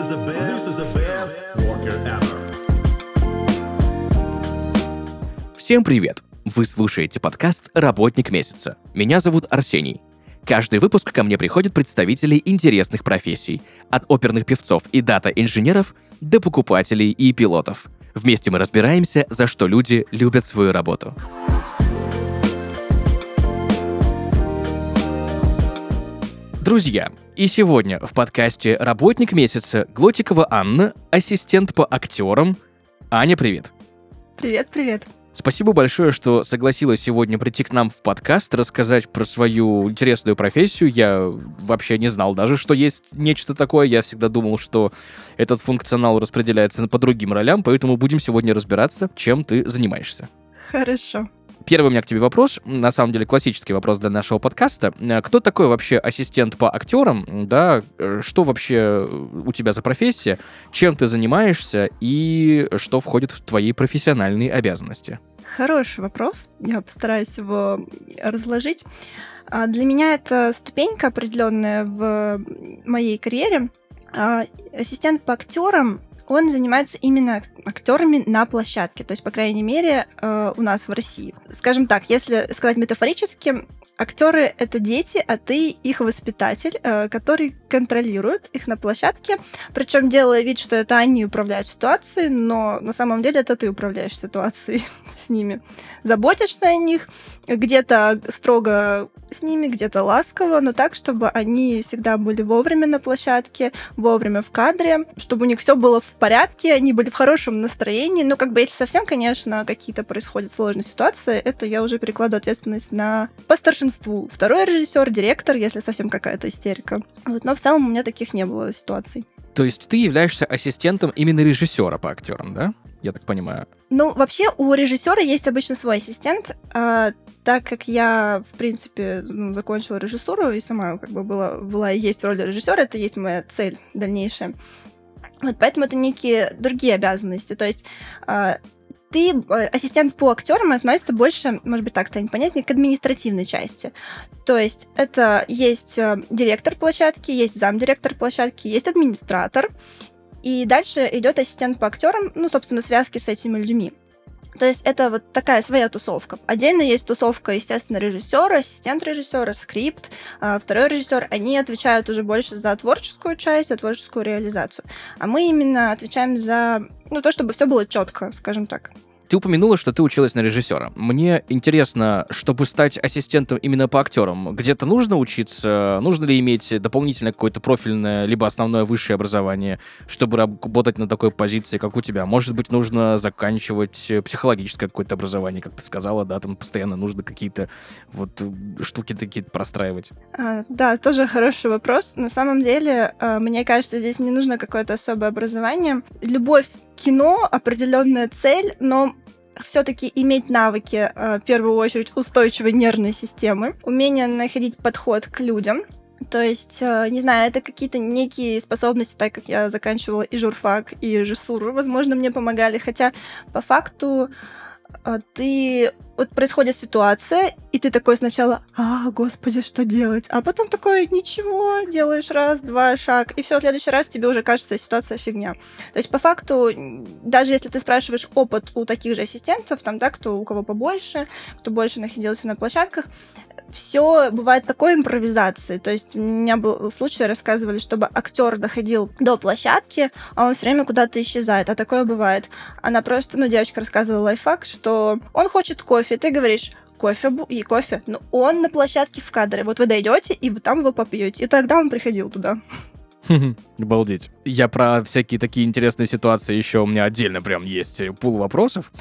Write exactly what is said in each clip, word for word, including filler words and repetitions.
the best, this is the best worker ever. Всем привет! Вы слушаете подкаст «Работник месяца». Меня зовут Арсений. Каждый выпуск ко мне приходят представители интересных профессий, от оперных певцов и дата-инженеров до покупателей и пилотов. Вместе мы разбираемся, за что люди любят свою работу. Друзья, и сегодня в подкасте «Работник месяца» Глотикова Анна, ассистент по актерам. Аня, привет! Привет-привет! Спасибо большое, что согласилась сегодня прийти к нам в подкаст, рассказать про свою интересную профессию. Я вообще не знал даже, что есть нечто такое. Я всегда думал, что этот функционал распределяется по другим ролям, поэтому будем сегодня разбираться, чем ты занимаешься. Хорошо. Первый у меня к тебе вопрос, на самом деле классический вопрос для нашего подкаста. Кто такой вообще ассистент по актерам, да? Что вообще у тебя за профессия, чем ты занимаешься и что входит в твои профессиональные обязанности? Хороший вопрос, я постараюсь его разложить. Для меня это ступенька определенная в моей карьере. Ассистент по актерам, он занимается именно актерами на площадке, то есть, по крайней мере, у нас в России. Скажем так, если сказать метафорически, актеры — это дети, а ты их воспитатель, который контролирует их на площадке, причем делая вид, что это они управляют ситуацией, но на самом деле это ты управляешь ситуацией с ними. Заботишься о них, где-то строго с ними, где-то ласково, но так, чтобы они всегда были вовремя на площадке, вовремя в кадре, чтобы у них все было в порядке, они были в хорошем настроении. Ну, как бы, если совсем, конечно, какие-то происходят сложные ситуации, это я уже перекладываю ответственность на по старшинству. Второй режиссер, директор, если совсем какая-то истерика. Вот, но в целом у меня таких не было ситуаций. То есть ты являешься ассистентом именно режиссера по актерам, да? Я так понимаю. Ну, вообще, у режиссера есть обычно свой ассистент, а, так как я, в принципе, ну, закончила режиссуру и сама как бы была, была и есть в роли режиссера, это есть моя цель дальнейшая. Вот, поэтому это некие другие обязанности. То есть а, ты, ассистент по актерам, относится больше, может быть, так станет понятнее, к административной части. То есть это есть директор площадки, есть замдиректор площадки, есть администратор, и дальше идет ассистент по актерам, ну, собственно, связки с этими людьми. То есть это вот такая своя тусовка. Отдельно есть тусовка, естественно, режиссера, ассистент режиссера, скрипт, второй режиссер. Они отвечают уже больше за творческую часть, за творческую реализацию. А мы именно отвечаем за, ну, то, чтобы все было четко, скажем так. Ты упомянула, что ты училась на режиссера. Мне интересно, чтобы стать ассистентом именно по актерам, где-то нужно учиться? Нужно ли иметь дополнительное какое-то профильное, либо основное высшее образование, чтобы работать на такой позиции, как у тебя? Может быть, нужно заканчивать психологическое какое-то образование, как ты сказала, да, там постоянно нужно какие-то вот штуки такие простраивать. А, да, тоже хороший вопрос. На самом деле, мне кажется, здесь не нужно какое-то особое образование. Любовь к кино — определенная цель, но все-таки иметь навыки, в первую очередь, устойчивой нервной системы, умение находить подход к людям. То есть, не знаю, это какие-то некие способности, так как я заканчивала и журфак, и режиссуру, возможно, мне помогали. Хотя, по факту, ты... Вот происходит ситуация, и ты такой сначала: «А, господи, что делать?» А потом такой: «Ничего, делаешь раз, два, шаг», и все, в следующий раз тебе уже кажется ситуация фигня. То есть, по факту, даже если ты спрашиваешь опыт у таких же ассистентов, там, да, кто у кого побольше, кто больше находился на площадках, все бывает такой импровизации. То есть у меня был случай, рассказывали, чтобы актер доходил до площадки, а он все время куда-то исчезает. А такое бывает. Она просто, ну, девочка рассказывала лайфхак, что он хочет кофе, ты говоришь: кофе и кофе. Но он на площадке в кадре. Вот вы дойдете, и вы там его попьете. И тогда он приходил туда. Обалдеть. Я про всякие такие интересные ситуации еще у меня отдельно прям есть пул вопросов.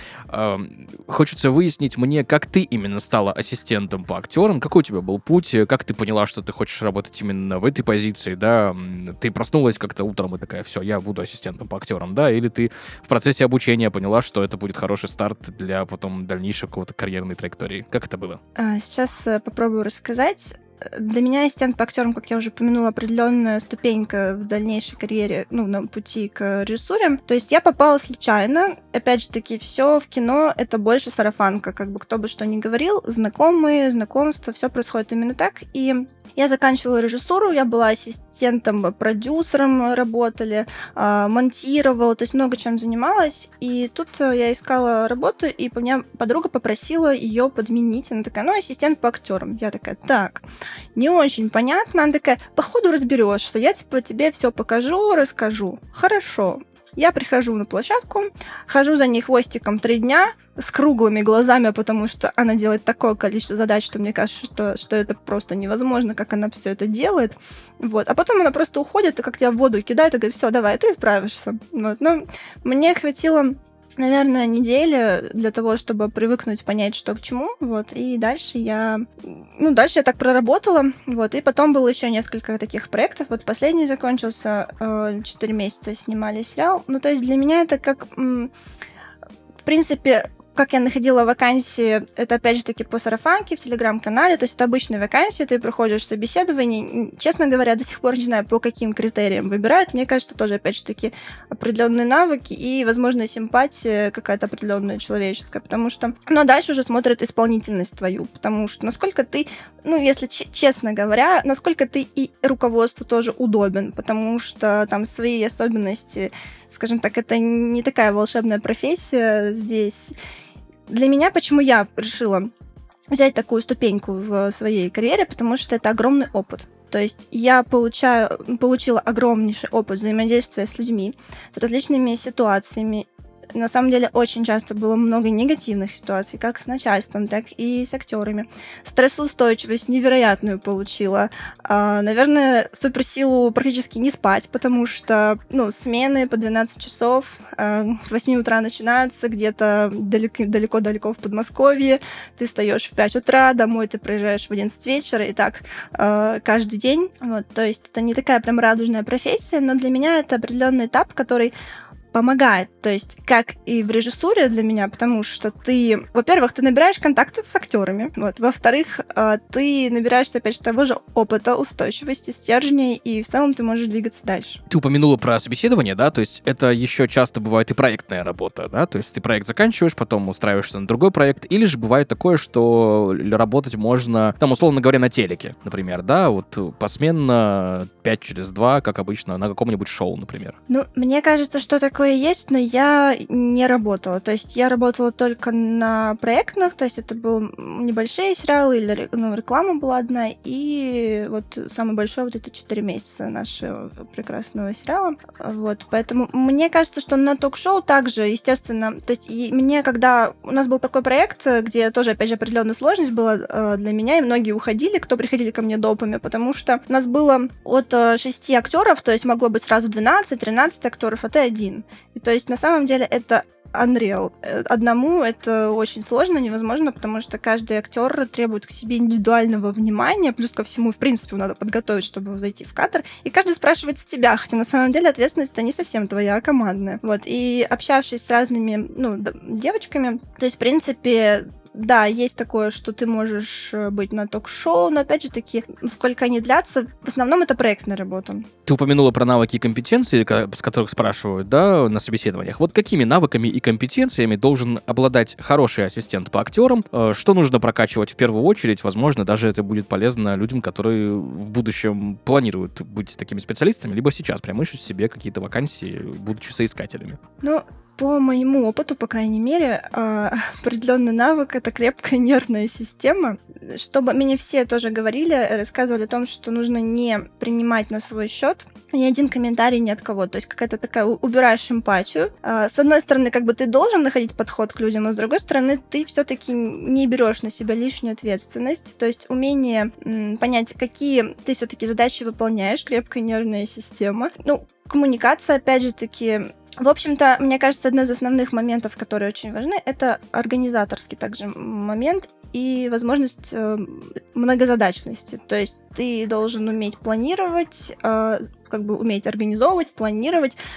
Хочется выяснить мне, как ты именно стала ассистентом по актерам, какой у тебя был путь, как ты поняла, что ты хочешь работать именно в этой позиции, да? Ты проснулась как-то утром и такая: все, я буду ассистентом по актерам, да? Или ты в процессе обучения поняла, что это будет хороший старт для потом дальнейшего какого-то карьерной траектории? Как это было? Сейчас попробую рассказать. для меня ассистент по актерам, как я уже упомянула, определенная ступенька в дальнейшей карьере, ну, на пути к режиссуре. То есть я попала случайно. Опять же таки, все в кино — это больше сарафанка. Как бы кто бы что ни говорил, знакомые, знакомства, все происходит именно так. И я заканчивала режиссуру, я была ассистентом, продюсером работали, монтировала, то есть много чем занималась. И тут я искала работу, и меня подруга попросила ее подменить. Она такая, ну, ассистент по актерам. Я такая, так, не очень понятно. Она такая, походу разберешься, я типа тебе все покажу, расскажу. Хорошо. Я прихожу на площадку, хожу за ней хвостиком три дня с круглыми глазами, потому что она делает такое количество задач, что мне кажется, что, что это просто невозможно, как она все это делает. Вот. А потом она просто уходит и как тебя в воду кидает и говорит, все, давай, ты справишься. Вот. Но мне хватило, наверное, недели для того, чтобы привыкнуть, понять, что к чему, вот, и дальше я, ну, дальше я так проработала, вот, и потом было еще несколько таких проектов, вот, последний закончился, четыре месяца снимали сериал, ну, то есть для меня это как, в принципе, как я находила вакансии, это опять же таки по сарафанке в телеграм-канале, то есть это обычные вакансии, ты проходишь собеседование. Честно говоря, до сих пор не знаю, по каким критериям выбирают. Мне кажется, тоже опять же таки определенные навыки и, возможно, симпатия какая-то определенная человеческая, потому что, ну, а дальше уже смотрят исполнительность твою, потому что насколько ты, ну, если ч- честно говоря, насколько ты и руководству тоже удобен, потому что там свои особенности, скажем так, это не такая волшебная профессия здесь. Для меня, почему я решила взять такую ступеньку в своей карьере, потому что это огромный опыт. То есть я получаю, получила огромнейший опыт взаимодействия с людьми, с различными ситуациями. На самом деле очень часто было много негативных ситуаций, как с начальством, так и с актерами. Стрессоустойчивость невероятную получила. А, наверное, суперсилу практически не спать, потому что, ну, смены по двенадцать часов а, с восьми утра начинаются, где-то далеко-далеко в Подмосковье. Ты встаешь в пять утра, домой ты приезжаешь в одиннадцать вечера, и так а, каждый день. Вот, то есть это не такая прям радужная профессия, но для меня это определенный этап, который помогает, то есть как и в режиссуре для меня, потому что ты, во-первых, ты набираешь контактов с актерами, вот, во-вторых, ты набираешься, опять же, того же опыта, устойчивости, стержней, и в целом ты можешь двигаться дальше. Ты упомянула про собеседование, да, то есть это еще часто бывает и проектная работа, да, то есть ты проект заканчиваешь, потом устраиваешься на другой проект, или же бывает такое, что работать можно, там, условно говоря, на телеке, например, да, вот посменно пять через два, как обычно, на каком-нибудь шоу, например. Ну, мне кажется, что такое есть, но я не работала. То есть я работала только на проектных, то есть это были небольшие сериалы, или ну, реклама была одна, и вот самый большой вот это четыре месяца нашего прекрасного сериала. Вот, поэтому мне кажется, что на ток-шоу также, естественно, то есть и мне, когда у нас был такой проект, где тоже, опять же, определенная сложность была э, для меня, и многие уходили, кто приходили ко мне допами, потому что у нас было от э, шести актеров, то есть могло быть сразу двенадцать-тринадцать актеров, а ты один. И то есть на самом деле это unreal. Одному это очень сложно, невозможно, потому что каждый актер требует к себе индивидуального внимания, плюс ко всему, в принципе, надо подготовить, чтобы зайти в кадр, и каждый спрашивает с тебя, хотя на самом деле ответственность-то не совсем твоя, а командная. Вот, и общавшись с разными, ну, девочками, то есть, в принципе, да, есть такое, что ты можешь быть на ток-шоу, но, опять же таки, сколько они длятся, в основном это проектная работа. Ты упомянула про навыки и компетенции, с которых спрашивают, да, на собеседованиях. Вот какими навыками и компетенциями должен обладать хороший ассистент по актерам? Что нужно прокачивать в первую очередь? Возможно, даже это будет полезно людям, которые в будущем планируют быть такими специалистами, либо сейчас прям ищут себе какие-то вакансии, будучи соискателями. Ну, по моему опыту, по крайней мере, определенный навык — это крепкая нервная система. Чтобы мне все тоже говорили, рассказывали о том, что нужно не принимать на свой счет ни один комментарий ни от кого. То есть какая-то такая, убираешь эмпатию. С одной стороны, как бы ты должен находить подход к людям, а с другой стороны, ты все-таки не берешь на себя лишнюю ответственность. То есть умение м, понять, какие ты все-таки задачи выполняешь, крепкая нервная система. Ну, коммуникация, опять же таки. В общем-то, мне кажется, одно из основных моментов, которые очень важны, это организаторский также момент и возможность э, многозадачности. То есть ты должен уметь планировать, э, как бы уметь организовывать, планировать,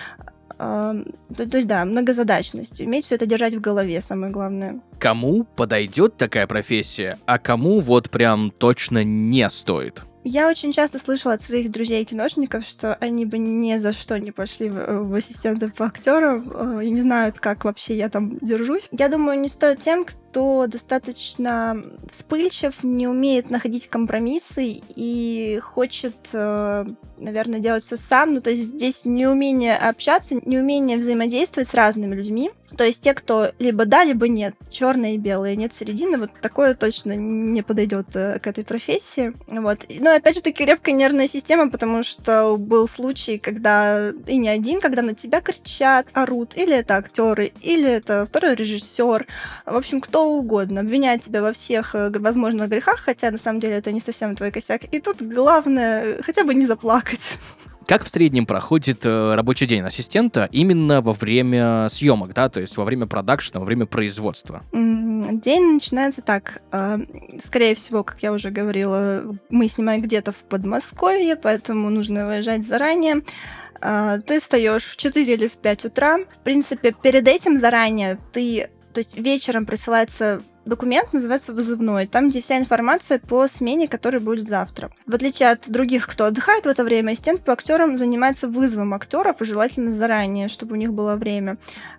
А, то, то есть, да, многозадачность. Уметь все это держать в голове, самое главное. Кому подойдет такая профессия, а кому вот прям точно не стоит? Я очень часто слышала от своих друзей-киношников, что они бы ни за что не пошли в, в ассистенты по актерам и не знают, как вообще я там держусь. Я думаю, не стоит тем, кто достаточно вспыльчив, не умеет находить компромиссы и хочет, наверное, делать все сам. Ну, то есть здесь неумение общаться, неумение взаимодействовать с разными людьми. То есть те, кто либо да, либо нет, черное и белое, нет середины, вот такое точно не подойдет к этой профессии. Вот. Но опять же таки крепкая нервная система, потому что был случай, когда и не один, когда на тебя кричат, орут, или это актеры, или это второй режиссер, в общем, кто угодно, обвиняет тебя во всех возможных грехах, хотя на самом деле это не совсем твой косяк. И тут главное хотя бы не заплакать. Как в среднем проходит э, рабочий день ассистента именно во время съемок, да, то есть во время продакшена, во время производства? День начинается так. Э, скорее всего, как я уже говорила, мы снимаем где-то в Подмосковье, поэтому нужно выезжать заранее. Э, ты встаешь в четыре или в пять утра. В принципе, перед этим заранее ты... То есть вечером присылается документ, называется вызывной, там, где вся информация по смене, которая будет завтра. В отличие от других, кто отдыхает в это время, ассистент по актерам занимается вызовом актеров, и желательно заранее, чтобы у них было время.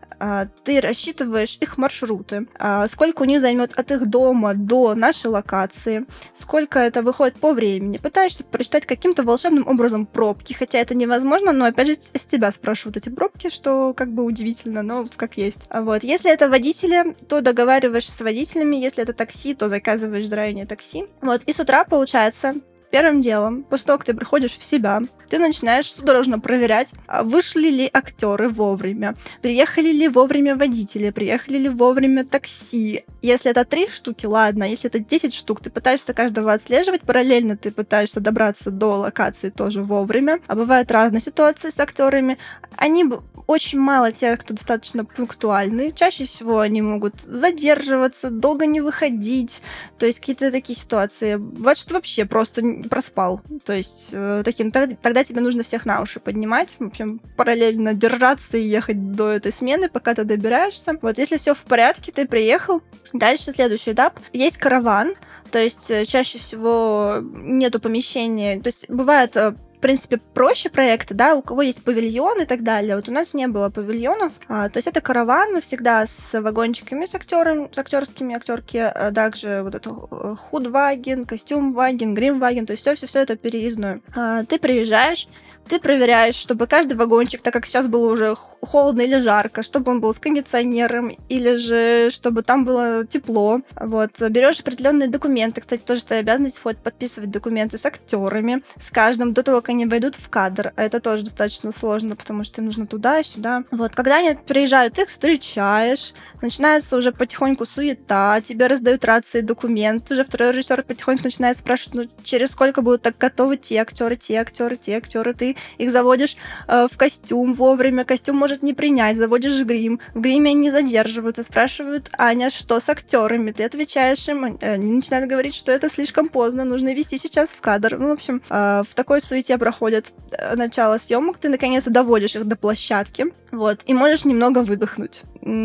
Ты рассчитываешь их маршруты, сколько у них займет от их дома до нашей локации, сколько это выходит по времени. Пытаешься прочитать каким-то волшебным образом пробки, хотя это невозможно, но опять же с тебя спрашивают эти пробки, что как бы удивительно, но как есть. Вот. Если это водители, то договариваешься с водителями, если это такси, то заказываешь заранее такси. Вот. И с утра получается... Первым делом, после того, как ты приходишь в себя, ты начинаешь судорожно проверять, вышли ли актеры вовремя, приехали ли вовремя водители, приехали ли вовремя такси. Если это три штуки, ладно, если это десять штук, ты пытаешься каждого отслеживать, параллельно ты пытаешься добраться до локации тоже вовремя. А бывают разные ситуации с актерами. Они очень мало тех, кто достаточно пунктуальны. Чаще всего они могут задерживаться, долго не выходить. То есть какие-то такие ситуации. Бывает, что вообще просто проспал. То есть э, таким, тогда тебе нужно всех на уши поднимать. В общем, параллельно держаться и ехать до этой смены, пока ты добираешься. Вот, если все в порядке, ты приехал. Дальше следующий этап. Есть караван. То есть чаще всего нету помещения. То есть бывает... В принципе, проще проекты, да, у кого есть павильон и так далее. Вот у нас не было павильонов, а, то есть это караван всегда с вагончиками, с актерами, с актерскими актерки, а также вот это худваген, костюмваген, гримваген, то есть все-все-все это переездное. А, ты приезжаешь, ты проверяешь, чтобы каждый вагончик, так как сейчас было уже холодно или жарко, чтобы он был с кондиционером, или же чтобы там было тепло. Вот. Берешь определенные документы. Кстати, тоже твоя обязанность входит подписывать документы с актерами, с каждым, до того, как они войдут в кадр. А это тоже достаточно сложно, потому что им нужно туда-сюда. Вот. Когда они приезжают, ты их встречаешь, начинается уже потихоньку суета, тебе раздают рации, документы, уже второй режиссер потихоньку начинает спрашивать, ну, через сколько будут так готовы те актеры, те актеры, те актеры, ты их заводишь э, в костюм вовремя, костюм может не принять, заводишь в грим, в гриме они задерживаются, спрашивают: Аня, что с актерами? Ты отвечаешь им, они начинают говорить, что это слишком поздно, нужно вести сейчас в кадр. Ну, в общем, э, в такой суете проходит э, начало съемок, ты наконец-то доводишь их до площадки, вот, и можешь немного выдохнуть.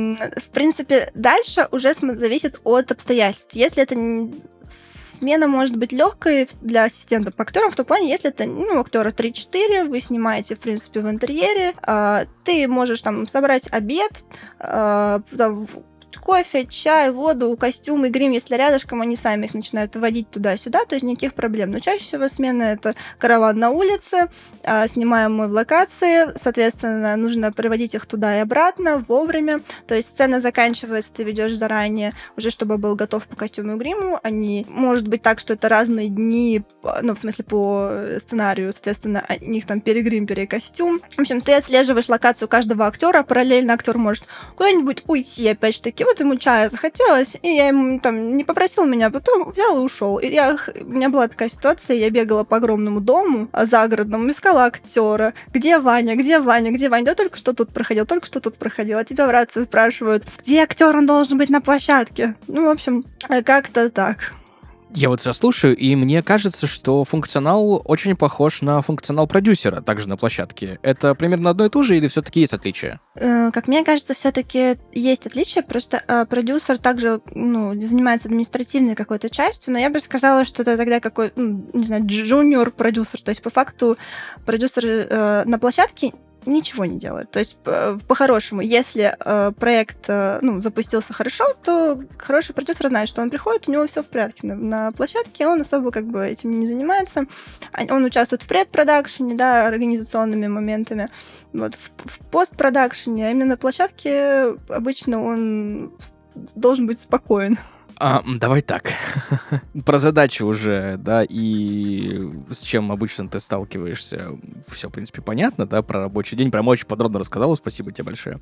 В принципе, дальше уже зависит от обстоятельств. Если это не... Смена может быть легкой для ассистента по актерам в том плане, если это, ну, актера три-четыре, вы снимаете, в принципе, в интерьере, э, ты можешь там собрать обед, э, там, кофе, чай, воду, костюмы, грим, если рядышком, они сами их начинают водить туда-сюда, то есть никаких проблем. Но чаще всего смена — это караван на улице, а, снимаем мы в локации, соответственно, нужно приводить их туда и обратно вовремя, то есть сцена заканчивается, ты ведешь заранее, уже чтобы был готов по костюму и гриму, они, может быть так, что это разные дни, ну, в смысле по сценарию, соответственно, у них там перегрим, перекостюм. В общем, ты отслеживаешь локацию каждого актера, параллельно актер может куда-нибудь уйти, опять же таки, вот ему чая захотелось, и я ему там не попросил меня, потом взял и ушел. И я, у меня была такая ситуация, я бегала по огромному дому загородному, искала актера. Где Ваня, где Ваня, где Ваня? Да только что тут проходил, только что тут проходил. А тебя в рации спрашивают, где актер, он должен быть на площадке. Ну, в общем, как-то так. Я вот сейчас слушаю, и мне кажется, что функционал очень похож на функционал продюсера, также на площадке. Это примерно одно и то же, или все-таки есть отличия? Э, Как мне кажется, все-таки есть отличия. Просто э, продюсер также ну, занимается административной какой-то частью, но я бы сказала, что это тогда какой, ну, не знаю, джуниор-продюсер. То есть, по факту, продюсер э, на площадке ничего не делает. То есть, п- по-хорошему, если э, проект э, ну, запустился хорошо, то хороший продюсер знает, что он приходит, у него все в порядке на, на площадке, он особо как бы этим не занимается. А- Он участвует в предпродакшене, да, организационными моментами. Вот, в, в постпродакшене, а именно на площадке обычно он с- должен быть спокоен. А, м, давай так. Про задачи уже, да, и с чем обычно ты сталкиваешься, все, в принципе, понятно, да, про рабочий день, прям очень подробно рассказала, спасибо тебе большое.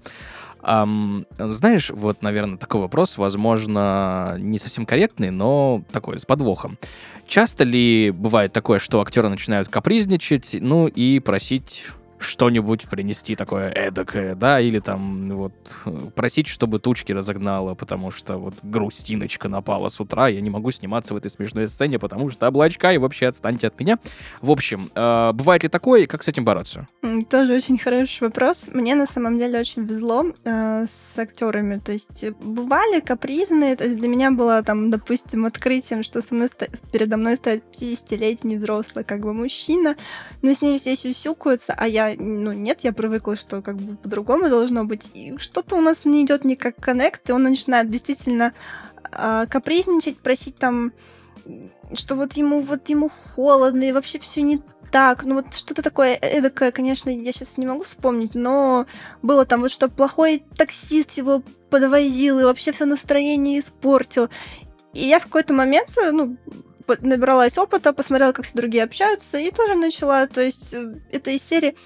Ам, знаешь, вот, наверное, такой вопрос, возможно, не совсем корректный, но такой, с подвохом. Часто ли бывает такое, что актеры начинают капризничать, ну, и просить что-нибудь принести такое эдакое, да, или там вот просить, чтобы тучки разогнало, потому что вот грустиночка напала с утра, я не могу сниматься в этой смешной сцене, потому что облачка, и вообще отстаньте от меня. В общем, э, бывает ли такое, и как с этим бороться? М, Тоже очень хороший вопрос. Мне на самом деле очень везло э, с актерами. То есть э, бывали капризные. То есть для меня было там, допустим, открытием, что со мной сто- передо мной стоит пятидесятилетний взрослый как бы мужчина, но с ним все сюсюкаются, а я, ну нет, я привыкла, что как бы по-другому должно быть. И что-то у нас не идет не как коннект, и он начинает действительно э, капризничать, просить там, м, что вот ему вот ему холодно, и вообще все не так, ну вот что-то такое эдакое, конечно, я сейчас не могу вспомнить, но было там вот, что плохой таксист его подвозил и вообще все настроение испортил. И я в какой-то момент, э, ну, по- набралась опыта, посмотрела, как все другие общаются, и тоже начала, то есть э, это из серии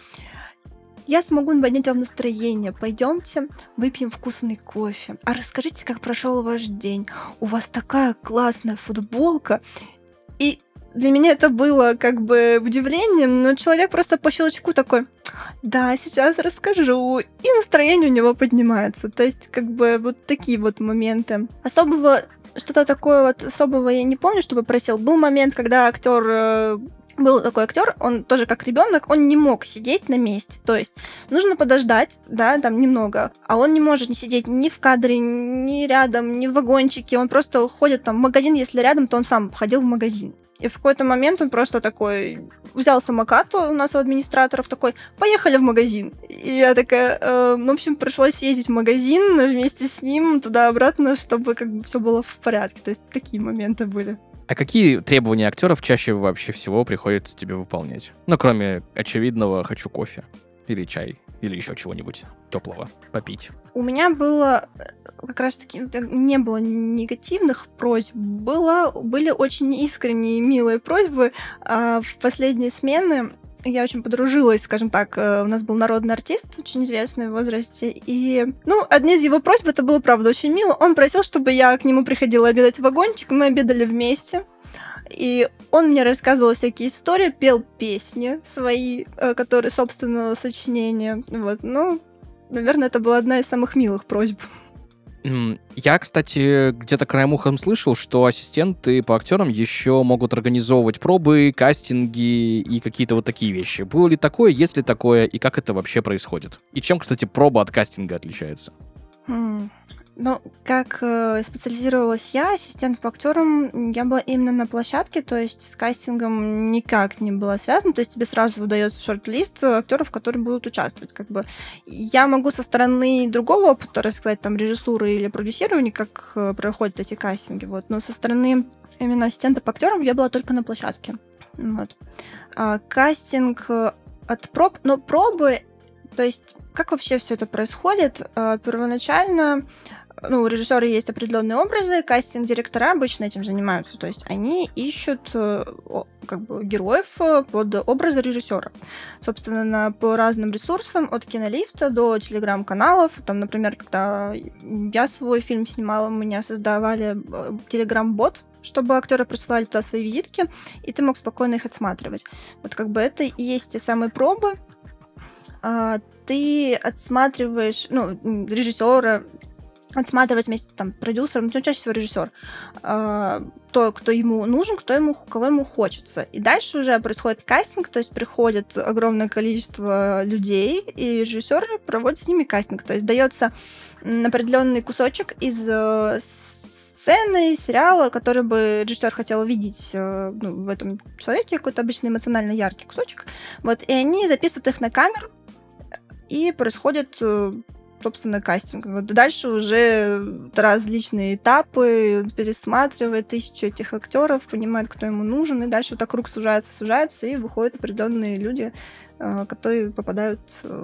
«Я смогу поднять вам настроение, пойдемте выпьем вкусный кофе, а расскажите, как прошел ваш день, у вас такая классная футболка». И для меня это было как бы удивлением, но человек просто по щелчку такой: да, сейчас расскажу, и настроение у него поднимается. То есть как бы вот такие вот моменты. Особого, что-то такое вот особого я не помню, чтобы просил. Был момент, когда актер э, был такой актер, он тоже как ребенок, он не мог сидеть на месте. То есть нужно подождать, да, там немного, а он не может не сидеть ни в кадре, ни рядом, ни в вагончике. Он просто ходит там в магазин, если рядом, то он сам ходил в магазин. И в какой-то момент он просто такой взял самокат у нас у администраторов, такой: поехали в магазин. И я такая, э, ну, в общем, пришлось съездить в магазин вместе с ним туда-обратно, чтобы как бы все было в порядке. То есть такие моменты были. А какие требования актеров чаще вообще всего приходится тебе выполнять? Ну, кроме очевидного «хочу кофе» или чай, или еще чего-нибудь теплого попить. У меня было э, как раз-таки э, не было негативных просьб, было, были очень искренние, милые просьбы. А в последние смены я очень подружилась, скажем так, э, у нас был народный артист, очень известный в возрасте, и, ну, одна из его просьб, это было, правда, очень мило, он просил, чтобы я к нему приходила обедать в вагончик, мы обедали вместе. И он мне рассказывал всякие истории, пел песни свои, э, которые собственного сочинения. Вот, ну, наверное, это была одна из самых милых просьб. М, Я, кстати, где-то краем ухом слышал, что ассистенты по актерам еще могут организовывать пробы, кастинги и какие-то вот такие вещи. Было ли такое, есть ли такое, и как это вообще происходит? И чем, кстати, проба от кастинга отличается? М, Ну, как э, специализировалась я, ассистент по актерам, я была именно на площадке, то есть с кастингом никак не была связана, то есть тебе сразу выдается шорт-лист актеров, которые будут участвовать. Как бы я могу со стороны другого опыта рассказать, там, режиссуры или продюсирования, как э, проходят эти кастинги, вот, но со стороны именно ассистента по актерам я была только на площадке. Вот. А, кастинг э, от проб, но пробы, то есть как вообще все это происходит? А, Первоначально, ну, у режиссера есть определенные образы, кастинг-директора обычно этим занимаются, то есть они ищут э, о- как бы героев э, под образы режиссера. Собственно, на, по разным ресурсам, от кинолифта до телеграм-каналов. Там, например, когда я свой фильм снимала, у меня создавали э, телеграм-бот, чтобы актеры присылали туда свои визитки, и ты мог спокойно их отсматривать. Вот как бы это и есть те самые пробы. А, ты отсматриваешь, ну, режиссера, отсматривать вместе там продюсером, ну, чаще всего режиссер, э, то, кто ему нужен, кто ему, кого ему хочется. И дальше уже происходит кастинг, то есть приходит огромное количество людей, и режиссер проводит с ними кастинг. То есть дается определенный кусочек из э, сцены, сериала, который бы режиссер хотел увидеть э, ну, в этом человеке, какой-то обычно эмоционально яркий кусочек. Вот, и они записывают их на камеру, и происходит э, собственно, кастинг. Вот дальше уже различные этапы, пересматривает тысячу этих актеров, понимает, кто ему нужен, и дальше вот так круг сужается, сужается, и выходят определенные люди, которые попадают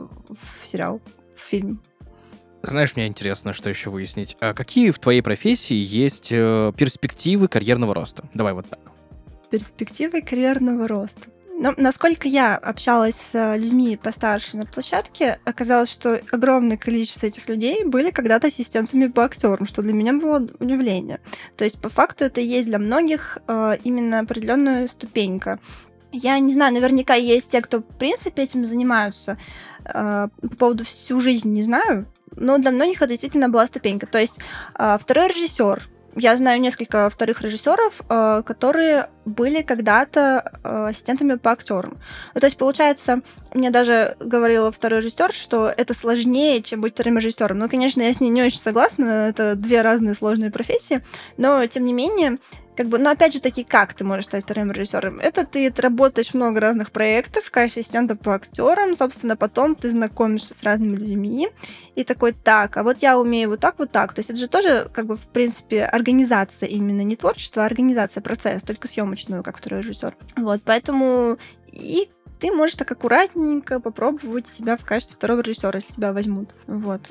в сериал, в фильм. Знаешь, мне интересно, что еще выяснить. А какие в твоей профессии есть перспективы карьерного роста? Давай вот так. Перспективы карьерного роста. Но, насколько я общалась с людьми постарше на площадке, оказалось, что огромное количество этих людей были когда-то ассистентами по актерам, что для меня было удивление. То есть, по факту, это и есть для многих э, именно определенная ступенька. Я не знаю, наверняка есть те, кто, в принципе, этим занимаются. Э, по поводу всю жизнь не знаю, но для многих это действительно была ступенька. То есть, э, второй режиссер. Я знаю несколько вторых режиссеров, э, которые были когда-то э, ассистентами по актерам. Ну, то есть, получается, мне даже говорила второй режиссер, что это сложнее, чем быть вторым режиссером. Ну, конечно, я с ней не очень согласна, это две разные сложные профессии, но, тем не менее, как бы, ну, опять же таки, как ты можешь стать вторым режиссером? Это ты отработаешь много разных проектов, как ассистента по актерам, собственно, потом ты знакомишься с разными людьми, и такой, так, а вот я умею вот так, вот так. То есть это же тоже, как бы, в принципе, организация именно, не творчество, а организация процесса, только съемочную, как второй режиссер. Вот, поэтому и ты можешь так аккуратненько попробовать себя в качестве второго режиссера, если тебя возьмут. Вот.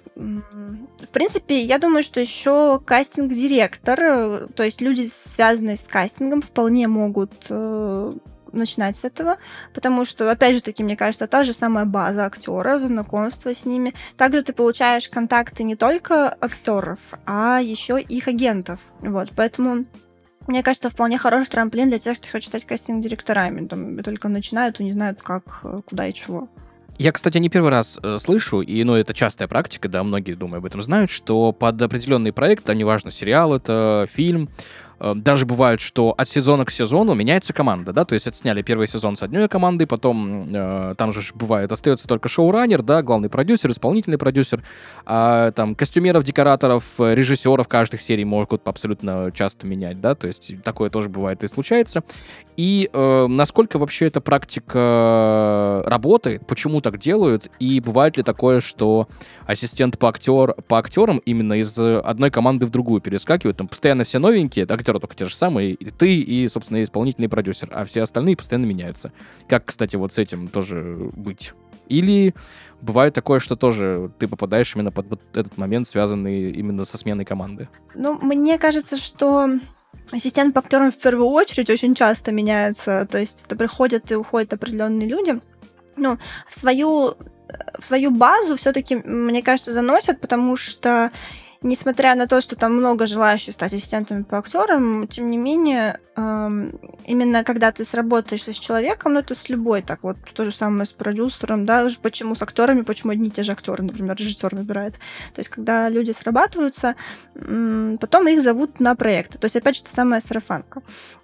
В принципе, я думаю, что еще кастинг-директор, то есть люди, связанные с кастингом, вполне могут э, начинать с этого, потому что, опять же таки, мне кажется, та же самая база актеров, знакомство с ними. Также ты получаешь контакты не только актеров, а еще их агентов. Вот, поэтому мне кажется, вполне хороший трамплин для тех, кто хочет стать кастинг-директорами. Там только начинают и не знают, как, куда и чего. Я, кстати, не первый раз э, слышу, и, ну, это частая практика, да, многие, думаю, об этом знают, что под определенный проект, а неважно, сериал это, фильм, э, даже бывает, что от сезона к сезону меняется команда, да, то есть отсняли первый сезон с одной командой, потом э, там же бывает, остается только шоураннер, да, главный продюсер, исполнительный продюсер, а там костюмеров, декораторов, режиссеров каждых серий могут абсолютно часто менять, да, то есть такое тоже бывает и случается. И э, насколько вообще эта практика работает, почему так делают, и бывает ли такое, что ассистент по, актер, по актерам именно из одной команды в другую перескакивает, там постоянно все новенькие, актеры только те же самые, и ты, и, собственно, исполнительный продюсер, а все остальные постоянно меняются. Как, кстати, вот с этим тоже быть? Или бывает такое, что тоже ты попадаешь именно под вот этот момент, связанный именно со сменой команды? Ну, мне кажется, что ассистент по актерам в первую очередь очень часто меняется, то есть это приходят и уходят определенные люди. Ну, в свою, в свою базу все-таки, мне кажется, заносят, потому что, несмотря на то, что там много желающих стать ассистентами по актерам, тем не менее, эм, именно когда ты сработаешься с человеком, ну, это с любой, так вот, то же самое с продюсером, да, почему с актерами, почему одни и те же актеры, например, режиссер выбирает. То есть, когда люди срабатываются, м- потом их зовут на проекты. То есть, опять же, та самая сарафанка.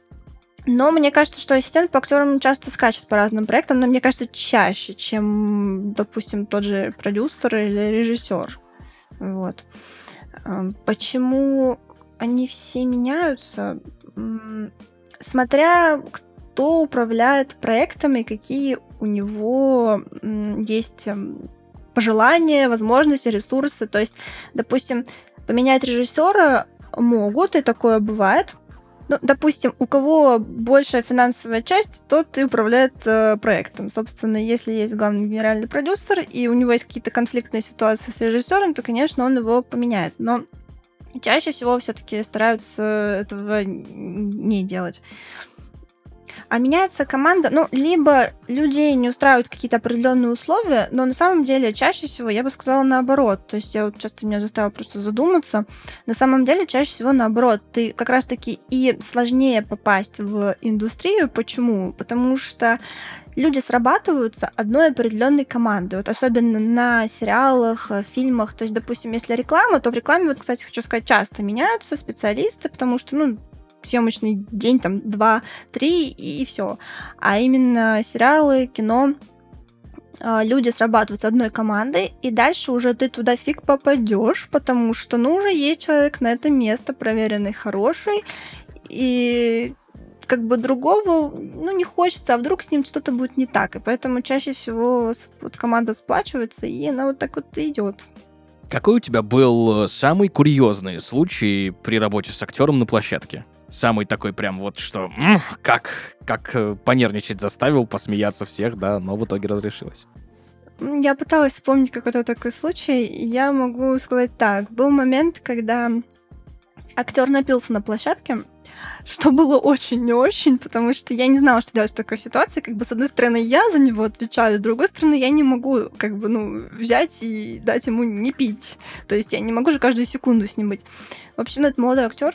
Но мне кажется, что ассистент по актерам часто скачет по разным проектам, но мне кажется, чаще, чем, допустим, тот же продюсер или режиссер. Вот. Почему они все меняются? Смотря кто управляет проектами, какие у него есть пожелания, возможности, ресурсы. То есть, допустим, поменять режиссера могут, и такое бывает. Ну, допустим, у кого большая финансовая часть, тот и управляет э, проектом. Собственно, если есть главный генеральный продюсер, и у него есть какие-то конфликтные ситуации с режиссером, то, конечно, он его поменяет. Но чаще всего все-таки стараются этого не делать. А меняется команда, ну, либо людей не устраивают какие-то определенные условия, но на самом деле чаще всего я бы сказала наоборот. То есть я вот часто меня заставила просто задуматься. На самом деле чаще всего наоборот. Ты как раз-таки и сложнее попасть в индустрию. Почему? Потому что люди срабатываются одной определенной командой. Вот особенно на сериалах, э, фильмах. То есть, допустим, если реклама, то в рекламе, вот, кстати, хочу сказать, часто меняются специалисты, потому что, ну, съемочный день, там, два, три, и все. А именно сериалы, кино, а, люди срабатывают с одной командой, и дальше уже ты туда фиг попадешь, потому что, ну, уже есть человек на это место, проверенный, хороший, и как бы другого, ну, не хочется, а вдруг с ним что-то будет не так. И поэтому чаще всего с- вот команда сплачивается, и она вот так вот и идет. Какой у тебя был э, самый курьезный случай при работе с актером на площадке? Самый такой прям вот, что м, как, как э, понервничать заставил, посмеяться всех, да, но в итоге разрешилось. М, Я пыталась вспомнить какой-то такой случай, и я могу сказать так. Был момент, когда актер напился на площадке, что было очень не очень, потому что я не знала, что делать в такой ситуации. Как бы, с одной стороны, я за него отвечаю, с другой стороны, я не могу, как бы, ну, взять и дать ему не пить. То есть я не могу же каждую секунду с ним быть. В общем, это молодой актер,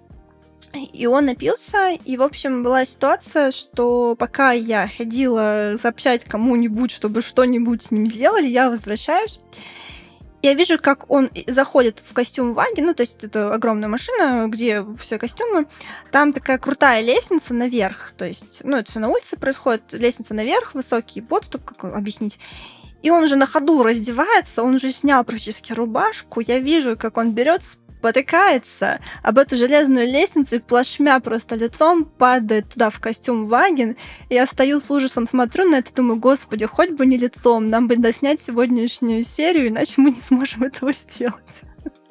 и он напился, и, в общем, была ситуация, что пока я ходила сообщать кому-нибудь, чтобы что-нибудь с ним сделали, я возвращаюсь. Я вижу, как он и- заходит в костюм Ваги, ну, то есть это огромная машина, где все костюмы. Там такая крутая лестница наверх, то есть, ну, это все на улице происходит, лестница наверх, высокий подступ, как объяснить. И он уже на ходу раздевается, он уже снял практически рубашку. Я вижу, как он берет, спотыкается об эту железную лестницу и плашмя просто лицом падает туда в костюм Вагин. И я стою с ужасом, смотрю на это, думаю, господи, хоть бы не лицом, нам бы доснять сегодняшнюю серию, иначе мы не сможем этого сделать.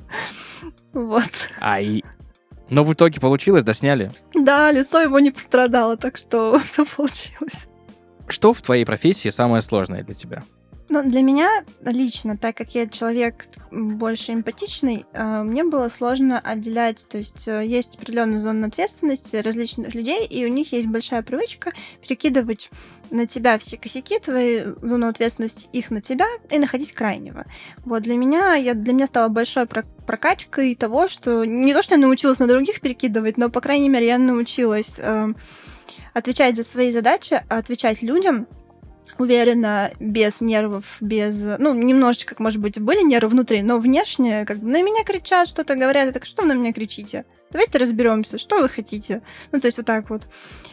Вот. Ай. Но в итоге получилось, досняли. Да, лицо его не пострадало, так что все получилось. Что в твоей профессии самое сложное для тебя? Ну, для меня лично, так как я человек больше эмпатичный, э, мне было сложно отделять, то есть э, есть определенная зона ответственности различных людей, и у них есть большая привычка перекидывать на тебя все косяки, твои зону ответственности, их на тебя, и находить крайнего. Вот для меня, я, для меня стало большой про- прокачкой того, что не то, что я научилась на других перекидывать, но, по крайней мере, я научилась э, отвечать за свои задачи, а отвечать людям уверенно, без нервов, без... Ну, немножечко, как, может быть, были нервы внутри, но внешне, как бы, на меня кричат, что-то говорят, я так, что вы на меня кричите? Давайте разберемся, что вы хотите? Ну, то есть вот так вот.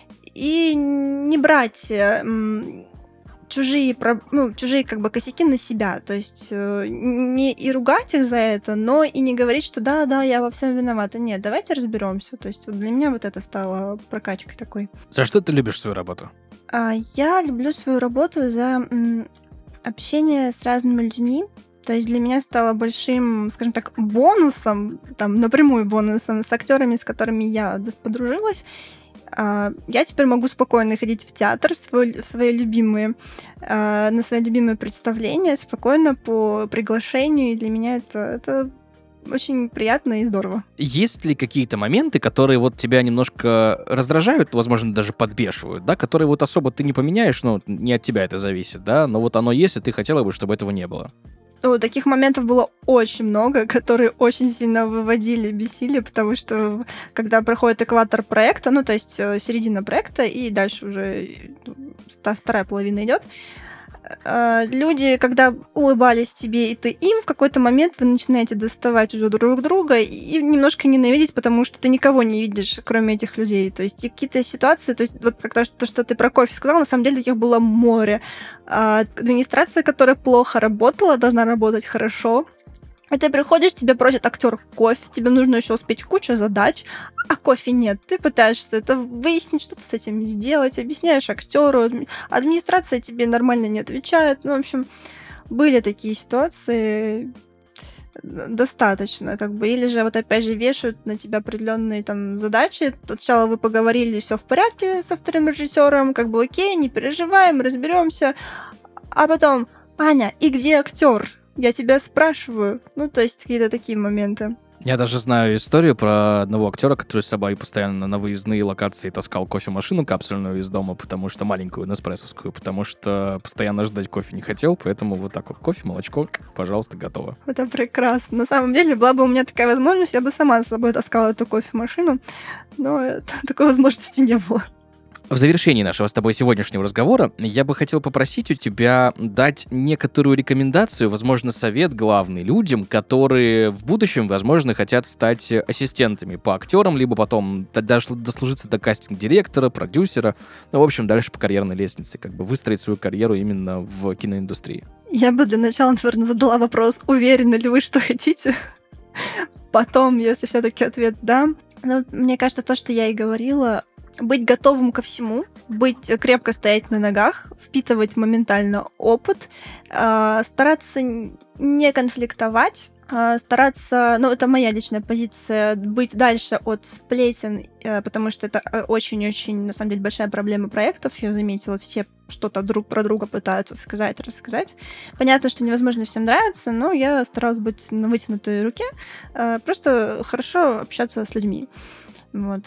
И не брать э, м, чужие, про- ну, чужие, как бы, косяки на себя, то есть э, не и ругать их за это, но и не говорить, что да-да, я во всем виновата. Нет, давайте разберемся. То есть вот для меня вот это стало прокачкой такой. За что ты любишь свою работу? А, Я люблю свою работу за м, общение с разными людьми. То есть для меня стало большим, скажем так, бонусом, там, напрямую бонусом с актерами, с которыми я дос- подружилась. А, Я теперь могу спокойно ходить в театр, в, свой- в свои любимые, а, на свои любимые представления, спокойно по приглашению. И для меня это, это очень приятно и здорово. Есть ли какие-то моменты, которые вот тебя немножко раздражают, возможно, даже подбешивают, да, которые вот особо ты не поменяешь, ну, не от тебя это зависит, да, но вот оно есть, и ты хотела бы, чтобы этого не было? Ну, таких моментов было очень много, которые очень сильно выводили, бесили, потому что когда проходит экватор проекта, ну, то есть э, середина проекта, и дальше уже ну, ста- вторая половина идет, э, люди, когда улыбались тебе, и ты им, в какой-то момент вы начинаете доставать уже друг друга и немножко ненавидеть, потому что ты никого не видишь, кроме этих людей. То есть и какие-то ситуации, то есть вот как то, что, что ты про кофе сказала, на самом деле таких было море. А, администрация, которая плохо работала, должна работать хорошо. И ты приходишь, тебе просят актер кофе, тебе нужно еще успеть кучу задач, а кофе нет. Ты пытаешься это выяснить, что ты с этим сделать, объясняешь актеру, адми- администрация тебе нормально не отвечает. Ну, в общем, были такие ситуации д- достаточно, как бы, или же вот опять же вешают на тебя определенные там задачи. Сначала вы поговорили, все в порядке со вторым режиссером, как бы окей, не переживаем, разберемся, а потом, Аня, и где актер? Я тебя спрашиваю. Ну, то есть какие-то такие моменты. Я даже знаю историю про одного актера, который с собой постоянно на выездные локации таскал кофемашину капсульную из дома, потому что маленькую, неспрессовскую, потому что постоянно ждать кофе не хотел, поэтому вот так вот кофе, молочко, пожалуйста, готово. Это прекрасно. На самом деле, была бы у меня такая возможность, я бы сама с собой таскала эту кофемашину, но это, такой возможности не было. В завершении нашего с тобой сегодняшнего разговора я бы хотел попросить у тебя дать некоторую рекомендацию, возможно, совет главный людям, которые в будущем, возможно, хотят стать ассистентами по актерам, либо потом даже дослужиться до кастинг-директора, продюсера, ну, в общем, дальше по карьерной лестнице, как бы выстроить свою карьеру именно в киноиндустрии. Я бы для начала, наверное, задала вопрос, уверены ли вы, что хотите? Потом, если все-таки ответ «да», ну, мне кажется, то, что я и говорила, быть готовым ко всему, быть крепко стоять на ногах, впитывать моментально опыт, э, стараться не конфликтовать, э, стараться, ну, это моя личная позиция, быть дальше от сплетен, э, потому что это очень-очень, на самом деле, большая проблема проектов, я заметила, все что-то друг про друга пытаются сказать, рассказать. Понятно, что невозможно всем нравится, но я старалась быть на вытянутой руке, э, просто хорошо общаться с людьми. Вот.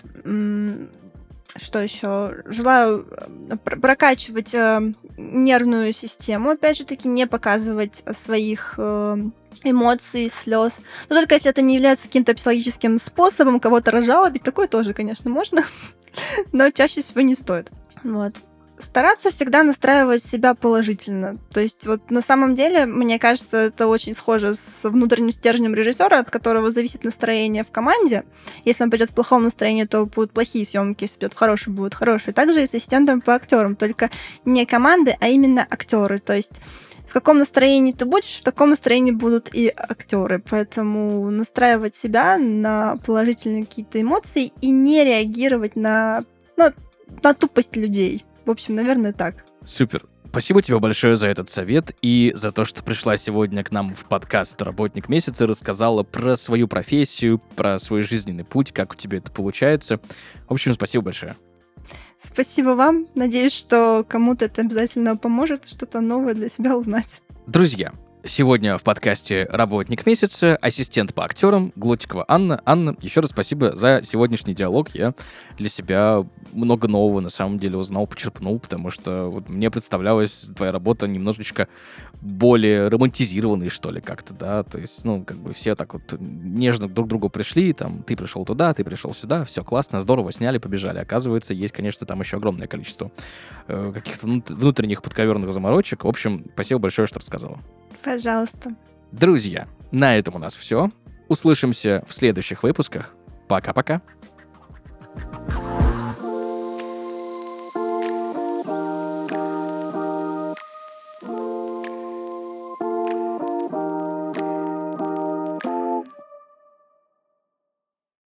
Что еще? Желаю прокачивать э, нервную систему, опять же таки, не показывать своих э, эмоций, слез. Но только если это не является каким-то психологическим способом кого-то разжалобить, такое тоже, конечно, можно, но чаще всего не стоит. Вот. Стараться всегда настраивать себя положительно. То есть вот на самом деле, мне кажется, это очень схоже с внутренним стержнем режиссера, от которого зависит настроение в команде. Если он пойдет в плохом настроении, то будут плохие съемки, если пойдет в хорошие, будут хорошие. Также и с ассистентом по актерам, только не команды, а именно актеры. То есть в каком настроении ты будешь, в таком настроении будут и актеры. Поэтому настраивать себя на положительные какие-то эмоции и не реагировать на, на, на тупость людей. В общем, наверное, так. Супер. Спасибо тебе большое за этот совет и за то, что пришла сегодня к нам в подкаст «Работник месяца» и рассказала про свою профессию, про свой жизненный путь, как у тебя это получается. В общем, спасибо большое. Спасибо вам. Надеюсь, что кому-то это обязательно поможет что-то новое для себя узнать. Друзья, сегодня в подкасте «Работник месяца» ассистент по актерам Глотикова Анна. Анна, еще раз спасибо за сегодняшний диалог. Я для себя много нового на самом деле узнал, почерпнул, потому что вот мне представлялась твоя работа немножечко более романтизированной, что ли, как-то, да, то есть, ну, как бы все так вот нежно друг к другу пришли, там, ты пришел туда, ты пришел сюда, все классно, здорово, сняли, побежали. Оказывается, есть, конечно, там еще огромное количество э, каких-то внутренних подковерных заморочек. В общем, спасибо большое, что рассказала. Пожалуйста. Друзья, на этом у нас все. Услышимся в следующих выпусках. Пока-пока.